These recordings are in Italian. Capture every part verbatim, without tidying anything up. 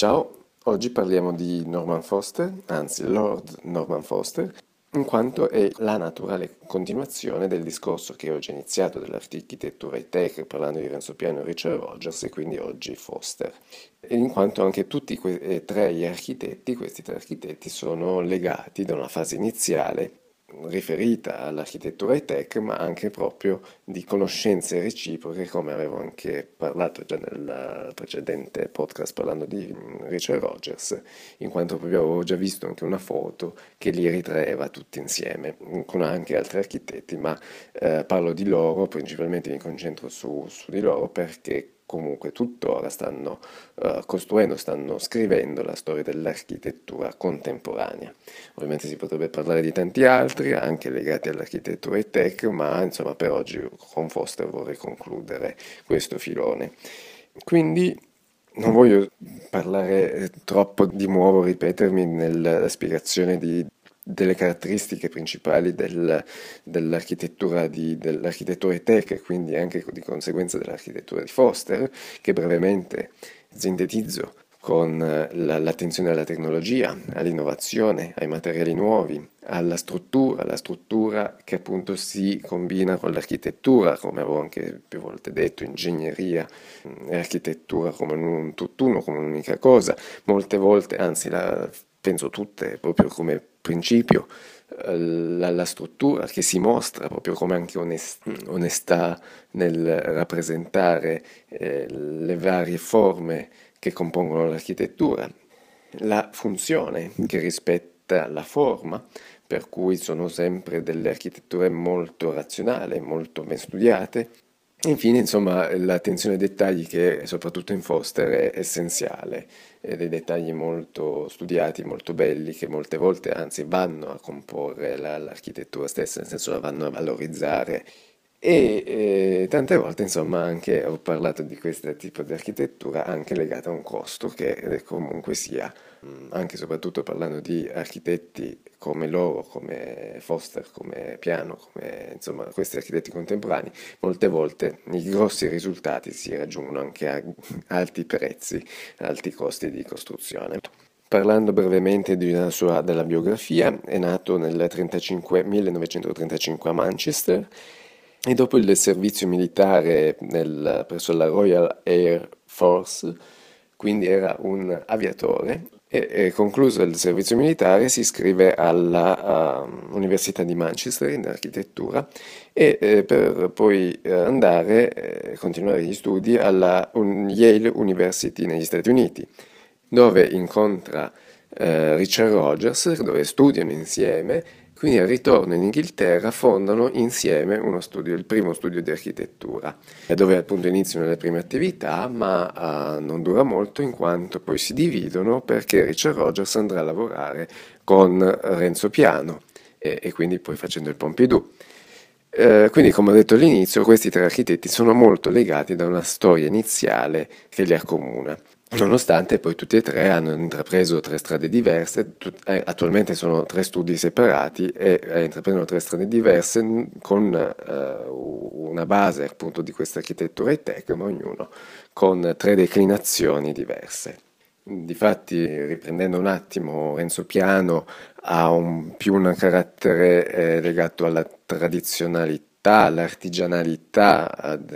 Ciao, oggi parliamo di Norman Foster, anzi Lord Norman Foster, in quanto è la naturale continuazione del discorso che ho già iniziato dell'architettura high-tech parlando di Renzo Piano e Richard Rogers e quindi oggi Foster. E in quanto anche tutti que- e tre gli architetti, questi tre architetti, sono legati da una fase iniziale riferita all'architettura high-tech, ma anche proprio di conoscenze reciproche, come avevo anche parlato già nel precedente podcast parlando di mm, Richard Rogers, in quanto proprio avevo già visto anche una foto che li ritraeva tutti insieme, mm, con anche altri architetti, ma eh, parlo di loro, principalmente mi concentro su, su di loro perché comunque tuttora stanno eh, costruendo, stanno scrivendo la storia dell'architettura contemporanea. Ovviamente si potrebbe parlare di tanti altri, anche legati all'architettura e tech, ma insomma per oggi con Foster vorrei concludere questo filone. Quindi non voglio parlare eh, troppo di nuovo, ripetermi nella spiegazione di- delle caratteristiche principali del- dell'architettura di, dell'architettura tech e quindi anche di conseguenza dell'architettura di Foster, che brevemente sintetizzo con eh, la- l'attenzione alla tecnologia, all'innovazione, ai materiali nuovi, alla struttura, la struttura che appunto si combina con l'architettura, come avevo anche più volte detto, ingegneria mh, e architettura come un tutt'uno, come un'unica cosa, molte volte, anzi la, penso tutte, proprio come principio, eh, la, la struttura che si mostra proprio come anche onest- onestà nel rappresentare eh, le varie forme che compongono l'architettura, la funzione che rispetta la forma, per cui sono sempre delle architetture molto razionali, molto ben studiate. E infine, insomma, l'attenzione ai dettagli che soprattutto in Foster è essenziale, e dei dettagli molto studiati, molto belli, che molte volte anzi vanno a comporre la- l'architettura stessa, nel senso la vanno a valorizzare e eh, tante volte, insomma, anche ho parlato di questo tipo di architettura anche legata a un costo che eh, comunque sia, mh, anche e soprattutto parlando di architetti come loro, come Foster, come Piano, come insomma questi architetti contemporanei, molte volte i grossi risultati si raggiungono anche a alti prezzi, alti costi di costruzione. Parlando brevemente di una sua, della biografia, è nato nel trentacinque millenovecentotrentacinque a Manchester e dopo il servizio militare nel- presso la Royal Air Force, quindi era un aviatore, e, e concluso il servizio militare si iscrive alla uh, Università di Manchester in architettura e eh, per poi eh, andare, eh, continuare gli studi alla un- Yale University negli Stati Uniti dove incontra eh, Richard Rogers, dove studiano insieme, quindi al ritorno in Inghilterra fondano insieme uno studio, il primo studio di architettura, dove appunto iniziano le prime attività, ma eh, non dura molto in quanto poi si dividono perché Richard Rogers andrà a lavorare con Renzo Piano e, e quindi poi facendo il Pompidou. Eh, quindi, come ho detto all'inizio, questi tre architetti sono molto legati da una storia iniziale che li accomuna. Nonostante poi tutti e tre hanno intrapreso tre strade diverse, tut- eh, attualmente sono tre studi separati e eh, intraprendono tre strade diverse n- con eh, una base appunto di questa architettura e tech, ma ognuno con tre declinazioni diverse. Difatti, riprendendo un attimo, Renzo Piano ha un, più un carattere eh, legato alla tradizionalità, all'artigianalità,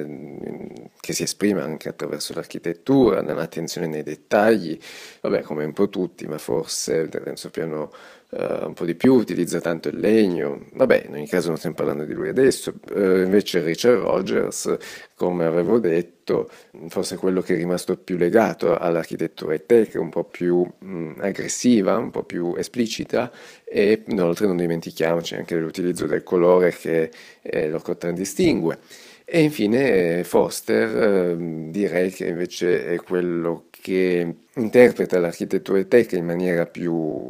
ad- che si esprime anche attraverso l'architettura, nell'attenzione nei dettagli, vabbè, come un po' tutti, ma forse Renzo Piano eh, un po' di più, utilizza tanto il legno, vabbè, in ogni caso non stiamo parlando di lui adesso, eh, invece Richard Rogers, come avevo detto, forse quello che è rimasto più legato all'architettura high-tech, un po' più mh, aggressiva, un po' più esplicita e inoltre non dimentichiamoci anche dell'utilizzo del colore che eh, lo contraddistingue. E infine eh, Foster, ehm, direi che invece è quello che interpreta l'architettura high-tech in maniera più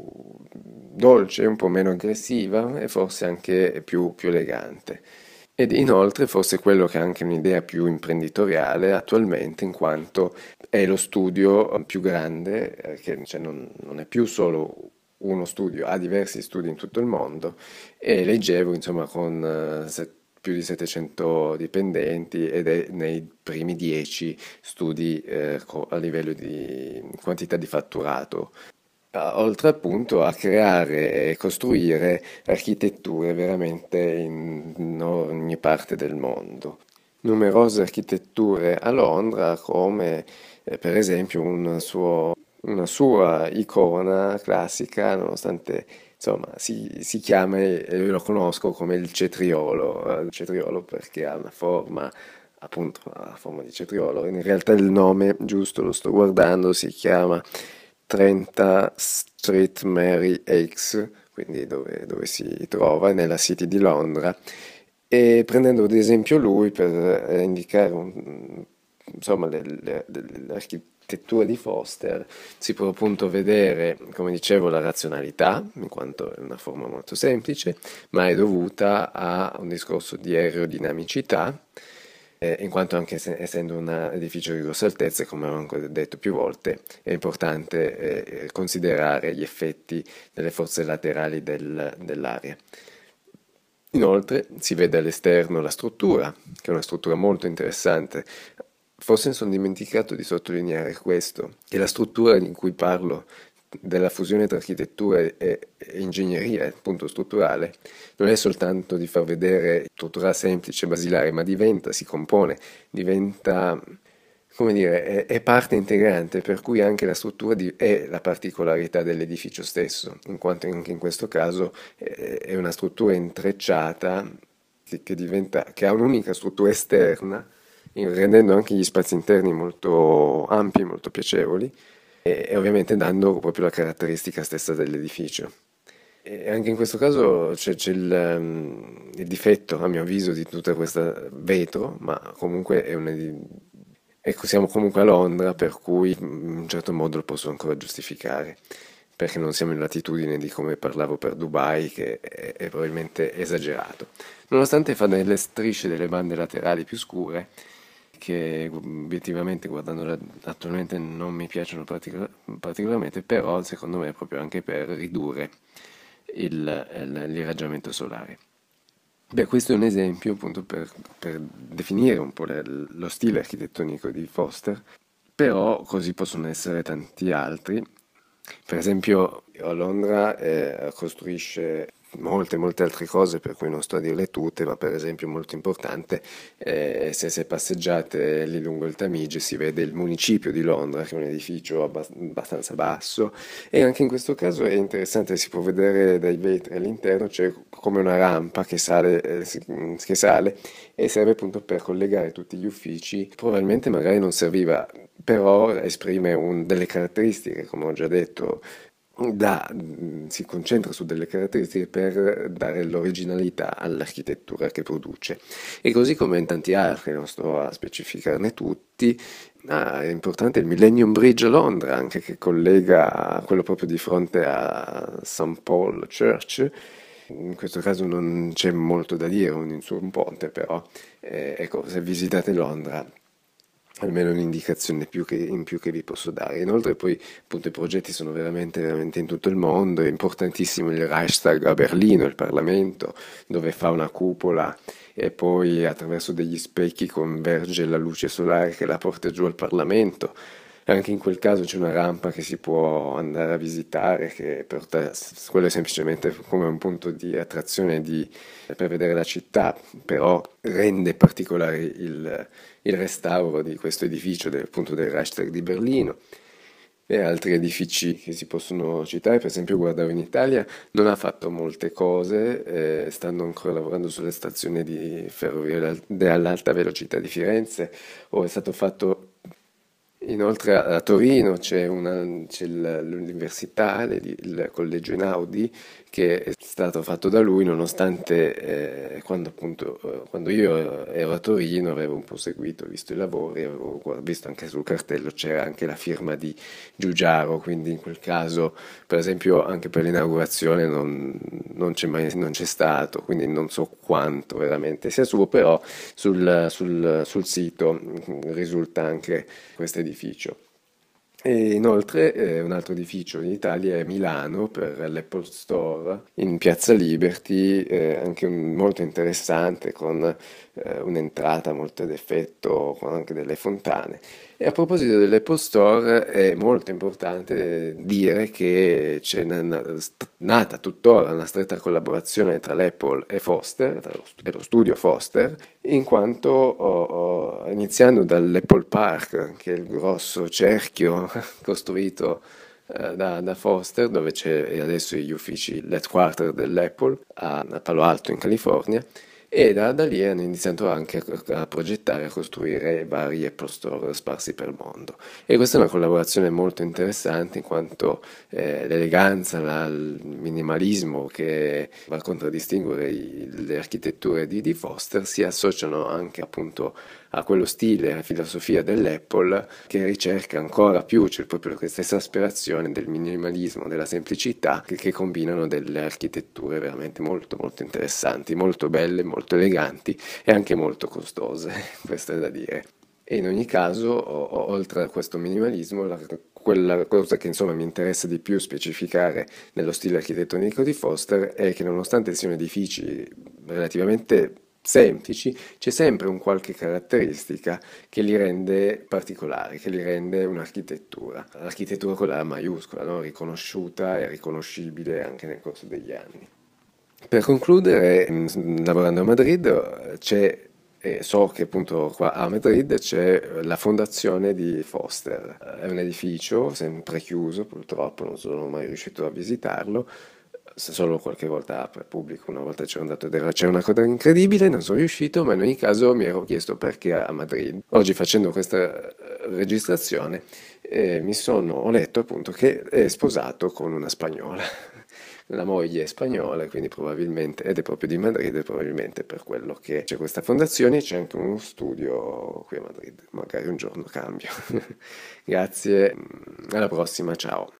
dolce, un po' meno aggressiva e forse anche più, più elegante. Ed inoltre forse quello che ha anche un'idea più imprenditoriale attualmente, in quanto è lo studio più grande, eh, che cioè, non, non è più solo uno studio, ha diversi studi in tutto il mondo e leggevo insomma con eh, se- più di settecento dipendenti ed è nei primi dieci studi eh, co- a livello di quantità di fatturato. Ah, oltre appunto a creare e costruire architetture veramente in in ogni parte del mondo. Numerose architetture a Londra, come eh, per esempio un suo- una sua icona classica, nonostante insomma si, si chiama, e io lo conosco come il cetriolo, eh, il cetriolo perché ha una forma, appunto, ha la forma di cetriolo. In realtà il nome giusto, lo sto guardando, si chiama trenta Street Mary Axe, quindi dove, dove si trova, nella City di Londra. E prendendo ad esempio lui per eh, indicare un- insomma, le- le- le- l'architettura di Foster, si può appunto vedere, come dicevo, la razionalità, in quanto è una forma molto semplice, ma è dovuta a un discorso di aerodinamicità, eh, in quanto anche se- essendo un edificio di grosse altezze, come ho anche detto più volte, è importante eh, considerare gli effetti delle forze laterali del- dell'aria. Inoltre si vede all'esterno la struttura, che è una struttura molto interessante. Forse mi sono dimenticato di sottolineare questo, che la struttura di cui parlo, della fusione tra architettura e, e ingegneria, appunto strutturale, non è soltanto di far vedere struttura semplice, basilare, ma diventa, si compone, diventa, come dire, è, è parte integrante, per cui anche la struttura di- è la particolarità dell'edificio stesso, in quanto anche in questo caso eh, è una struttura intrecciata che, che diventa, che ha un'unica struttura esterna, in- rendendo anche gli spazi interni molto ampi, molto piacevoli, e, e ovviamente dando proprio la caratteristica stessa dell'edificio. E anche in questo caso c'è c'è il, ehm, il difetto, a mio avviso, di tutta questa vetro, ma comunque è un, edi- ecco, siamo comunque a Londra, per cui mm, in un certo modo lo posso ancora giustificare, perché non siamo in latitudine di come parlavo per Dubai, che è, è probabilmente esagerato. Nonostante fa delle strisce, delle bande laterali più scure, che obiettivamente guardandola attualmente non mi piacciono particola- particolarmente, però secondo me è proprio anche per ridurre il- il- l'irraggiamento solare. Beh, questo è un esempio appunto per, per definire un po' le- lo stile architettonico di Foster, però così possono essere tanti altri. Per esempio, a Londra eh, costruisce molte, molte altre cose, per cui non sto a dirle tutte, ma per esempio molto importante, eh, se, se passeggiate lì lungo il Tamigi si vede il municipio di Londra, che è un edificio abbast- abbastanza basso, e anche in questo caso è interessante, si può vedere dai vetri all'interno, c'è come una rampa che sale, eh, si- che sale e serve appunto per collegare tutti gli uffici. Probabilmente magari non serviva, però esprime un- delle caratteristiche, come ho già detto, da- si concentra su delle caratteristiche per dare l'originalità all'architettura che produce. E così come in tanti altri, non sto a specificarne tutti. Ah, è importante il Millennium Bridge a Londra, anche che collega quello proprio di fronte a Saint Paul Church. In questo caso non c'è molto da dire un- su un ponte, però eh, ecco, se visitate Londra, almeno un'indicazione più che- in più che vi posso dare. Inoltre poi appunto i progetti sono veramente, veramente in tutto il mondo, è importantissimo il Reichstag a Berlino, il Parlamento, dove fa una cupola e poi attraverso degli specchi converge la luce solare che la porta giù al Parlamento. Anche in quel caso c'è una rampa che si può andare a visitare, che porta, quello è semplicemente come un punto di attrazione di- per vedere la città, però rende particolare il, il restauro di questo edificio, del, appunto del Reichstag di Berlino. E altri edifici che si possono citare, per esempio guardavo in Italia, non ha fatto molte cose, eh, stanno ancora lavorando sulle stazioni di ferrovia dell'alta velocità di Firenze, o è stato fatto inoltre a a Torino c'è una- c'è il- l'università, le- il collegio Einaudi, che è stato fatto da lui, nonostante eh, quando, appunto, eh, quando io ero a Torino avevo un po' seguito, visto i lavori, avevo gua- visto anche sul cartello c'era anche la firma di Giugiaro, quindi in quel caso, per esempio, anche per l'inaugurazione non, non c'è mai, non c'è stato, quindi non so quanto veramente sia suo, però sul, sul- sul sito mm, risulta anche questo edificio. E inoltre eh, un altro edificio in Italia è Milano per l'Apple Store in Piazza Liberty, eh, anche un- molto interessante con eh, un'entrata molto ad effetto, con anche delle fontane. E a proposito dell'Apple Store è molto importante dire che c'è na- na- st- nata tuttora una stretta collaborazione tra l'Apple e Foster, tra lo, st- e lo studio Foster, in quanto ho- ho- iniziando dall'Apple Park, che è il grosso cerchio costruito eh, da, da Foster, dove c'è adesso gli uffici, l'headquarter dell'Apple a, a Palo Alto in California, e da, da lì hanno iniziato anche a, a progettare, a costruire vari Apple Store sparsi per il mondo. E questa è una collaborazione molto interessante in quanto eh, l'eleganza, la- il minimalismo che va a contraddistinguere i- le architetture di, di Foster si associano anche appunto a quello stile, a filosofia dell'Apple che ricerca ancora più, c'è proprio questa esasperazione del minimalismo, della semplicità, che, che combinano delle architetture veramente molto molto interessanti, molto belle, molto eleganti e anche molto costose, questo è da dire. E in ogni caso, o- o- oltre a questo minimalismo, la- quella cosa che insomma mi interessa di più specificare nello stile architettonico di Foster è che nonostante siano edifici relativamente semplici, c'è sempre un qualche caratteristica che li rende particolari, che li rende un'architettura. L'architettura con la A maiuscola, no? Riconosciuta e riconoscibile anche nel corso degli anni. Per concludere, mh, lavorando a Madrid, eh, c'è, e so che appunto qua a Madrid c'è la fondazione di Foster. È un edificio sempre chiuso, purtroppo non sono mai riuscito a visitarlo, se solo qualche volta apre al pubblico, una volta c'ero andato ed era, c'era una coda incredibile, non sono riuscito, ma in ogni caso mi ero chiesto perché a Madrid. Oggi facendo questa eh, registrazione eh, mi sono, ho letto appunto che è sposato con una spagnola. La moglie è spagnola, quindi probabilmente, ed è proprio di Madrid, e probabilmente per quello che c'è questa fondazione e c'è anche uno studio qui a Madrid. Magari un giorno cambio. Grazie, alla prossima, ciao.